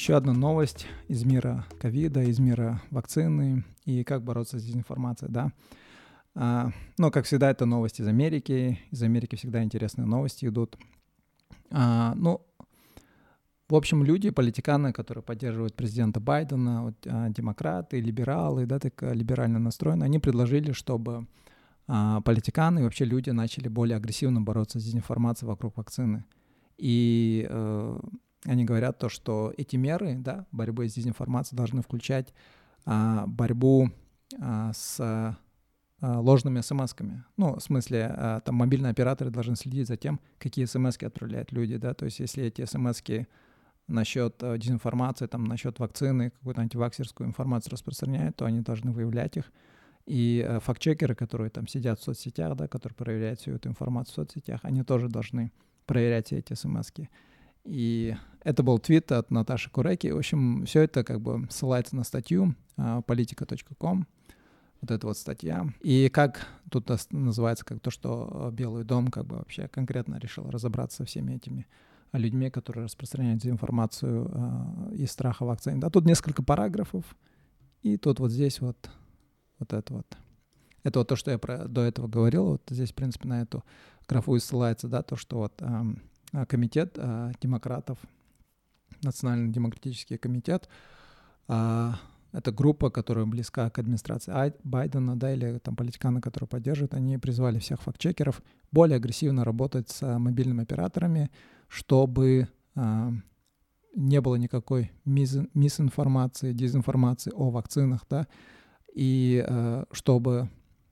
еще одна новость из мира ковида, из мира вакцины и как бороться с дезинформацией, да. Но, как всегда, это новости из Америки. Из Америки всегда интересные новости идут. В общем, люди, политиканы, которые поддерживают президента Байдена, демократы, либералы, да, так либерально настроены, они предложили, чтобы политиканы и вообще люди начали более агрессивно бороться с дезинформацией вокруг вакцины. И они говорят то, что эти меры, да, борьбы с дезинформацией должны включать борьбу с ложными смс-ками. Ну, в смысле, там мобильные операторы должны следить за тем, какие смс-ки отправляют люди, да, то есть если эти смс-ки насчет дезинформации, там, насчет вакцины, какую-то антиваксерскую информацию распространяют, то они должны выявлять их. И фактчекеры, которые там сидят в соцсетях, да, которые проверяют всю эту информацию в соцсетях, они тоже должны проверять все эти смс-ки. И это был твит от Наташи Куреки. В общем, все это как бы ссылается на статью politica.com. Вот эта вот статья. И как тут называется, как то, что Белый дом как бы вообще конкретно решил разобраться со всеми этими людьми, которые распространяют дезинформацию из страха вакцин. Да, тут несколько параграфов. И тут вот здесь вот это вот. Это вот то, что я до этого говорил. Вот здесь, в принципе, на эту графу и ссылается, да, то, что вот комитет демократов, Национальный демократический комитет, это группа, которая близка к администрации Байдена, да, или там политиканы, которые поддерживают, они призвали всех фактчекеров более агрессивно работать с мобильными операторами, чтобы не было никакой мисинформации, дезинформации о вакцинах, да, и чтобы,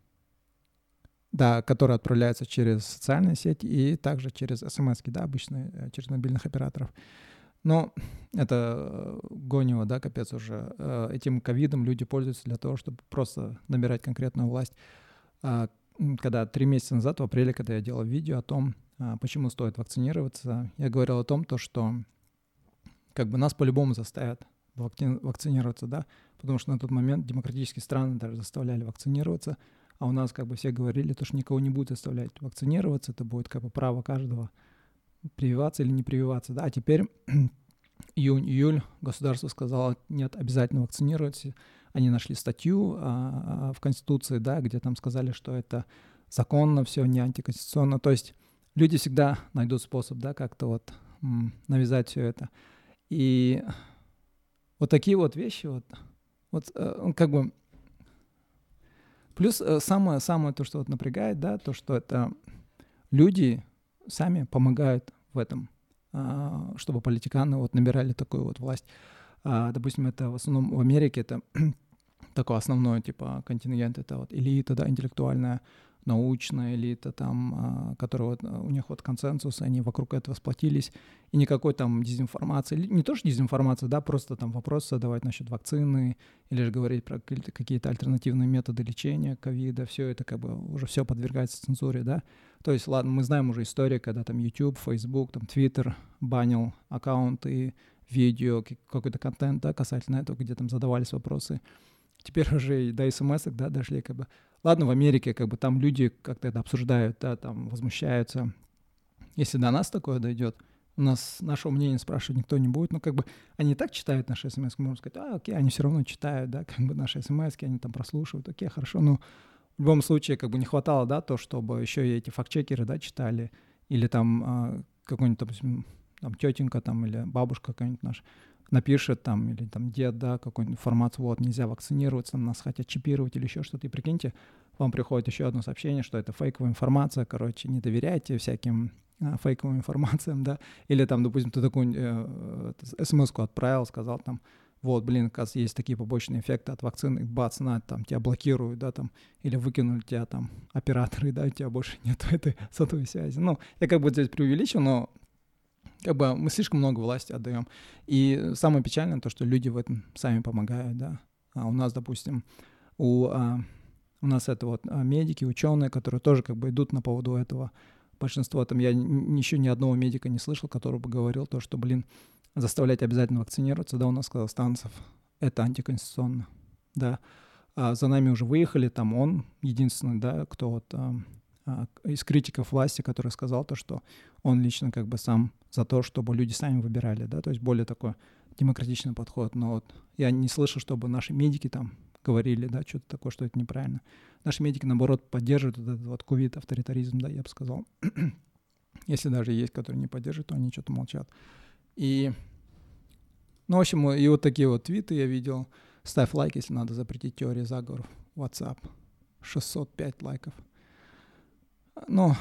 да, которые отправляются через социальные сети и также через смс-ки, да, обычно через мобильных операторов. Но это гонево, да, капец уже. Этим ковидом люди пользуются для того, чтобы просто набирать конкретную власть. Когда 3 месяца назад, в апреле, когда я делал видео о том, почему стоит вакцинироваться, я говорил о том, что как бы нас по-любому заставят вакцинироваться, да, потому что на тот момент демократические страны даже заставляли вакцинироваться, а у нас как бы все говорили, что никого не будет заставлять вакцинироваться, это будет как бы право каждого прививаться или не прививаться, да, а теперь июнь-июль государство сказало, нет, обязательно вакцинироваться. Они нашли статью в Конституции, да, где там сказали, что это законно, все не антиконституционно, то есть люди всегда найдут способ, да, как-то вот навязать все это. И вот такие вот вещи, вот как бы плюс самое то, что вот напрягает, да, то, что это люди сами помогают в этом, чтобы политиканы вот набирали такую вот власть. Допустим, это в основном в Америке это такой основной типа контингент, это вот элита, да, интеллектуальная, научная элита, там, которая вот, у них вот консенсус, они вокруг этого сплотились, и никакой там дезинформации, не то что дезинформация, да, просто там вопросы задавать насчет вакцины, или же говорить про какие-то альтернативные методы лечения ковида, все это как бы уже все подвергается цензуре, да. То есть, ладно, мы знаем уже историю, когда там YouTube, Facebook, там Twitter банил аккаунты, видео, какой-то контент, да, касательно этого, где там задавались вопросы. Теперь уже и до смс-ок, да, дошли как бы. Ладно, в Америке как бы там люди как-то это обсуждают, да, там возмущаются. Если до нас такое дойдет, у нас нашего мнения спрашивать никто не будет. Ну, как бы они и так читают наши смс, можно сказать, окей, они все равно читают, да, как бы наши смс, они там прослушивают, окей, хорошо. Но в любом случае как бы не хватало, да, то, чтобы еще и эти фактчекеры, да, читали. Или там какой-нибудь, допустим, там тетенька там или бабушка какая-нибудь наша напишет там, или там дед, да, какую-нибудь информацию, вот, нельзя вакцинироваться, нас хотят чипировать или еще что-то, и прикиньте, вам приходит еще одно сообщение, что это фейковая информация, короче, не доверяйте всяким фейковым информациям, да, или там, допустим, ты такую смс-ку отправил, сказал там, вот, блин, оказывается, есть такие побочные эффекты от вакцины, бац, на, там, тебя блокируют, да, там, или выкинули тебя там операторы, да, у тебя больше нет этой сотовой связи. Ну, я как бы здесь преувеличу, но как бы мы слишком много власти отдаем. И самое печальное то, что люди в этом сами помогают, да. А у нас, допустим, у нас это вот медики, ученые, которые тоже как бы идут на поводу этого. Большинство там, я еще ни одного медика не слышал, который бы говорил то, что, блин, заставлять обязательно вакцинироваться, да, у нас, казахстанцев, это антиконституционно, да. А за нами уже выехали, там он единственный, да, кто вот из критиков власти, который сказал то, что он лично как бы сам за то, чтобы люди сами выбирали, да, то есть более такое демократичный подход, но вот я не слышал, чтобы наши медики там говорили, да, что-то такое, что это неправильно. Наши медики, наоборот, поддерживают вот этот вот ковид-авторитаризм, да, я бы сказал. Если даже есть, которые не поддерживают, то они что-то молчат. И, ну, в общем, и вот такие вот твиты я видел. Ставь лайк, если надо запретить теории заговоров. WhatsApp. 605 лайков. Ну,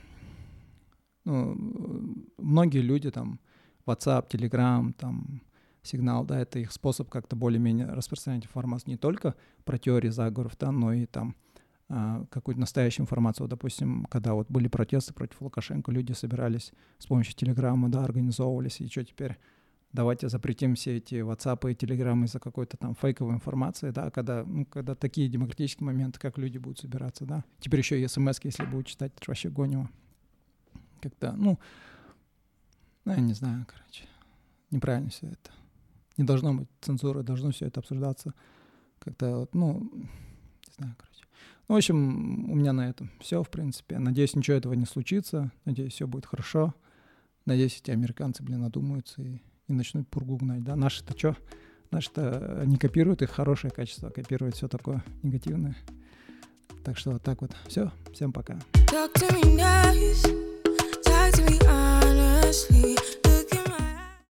многие люди там, WhatsApp, Telegram, там, Сигнал, да, это их способ как-то более-менее распространять информацию не только про теории заговоров, да, но и там какую-то настоящую информацию. Вот, допустим, когда вот были протесты против Лукашенко, люди собирались с помощью Телеграма, да, организовывались, и что теперь? Давайте запретим все эти WhatsApp и Телеграмы из-за какой-то там фейковой информации, да, когда такие демократические моменты, как люди будут собираться, да. Теперь еще и смс-ки, если будут читать, это вообще гонево. Как-то, я не знаю, короче, неправильно все это. Не должно быть цензуры, должно все это обсуждаться как-то, не знаю, короче. В общем, у меня на этом все, в принципе. Надеюсь, ничего этого не случится. Надеюсь, все будет хорошо. Надеюсь, эти американцы, одумаются и начнут пургу гнать. Да? Наши-то что? Наши-то не копируют их хорошее качество, а копируют все такое негативное. Так что вот так вот. Все, всем пока. Talk to me nice, talk to me honestly.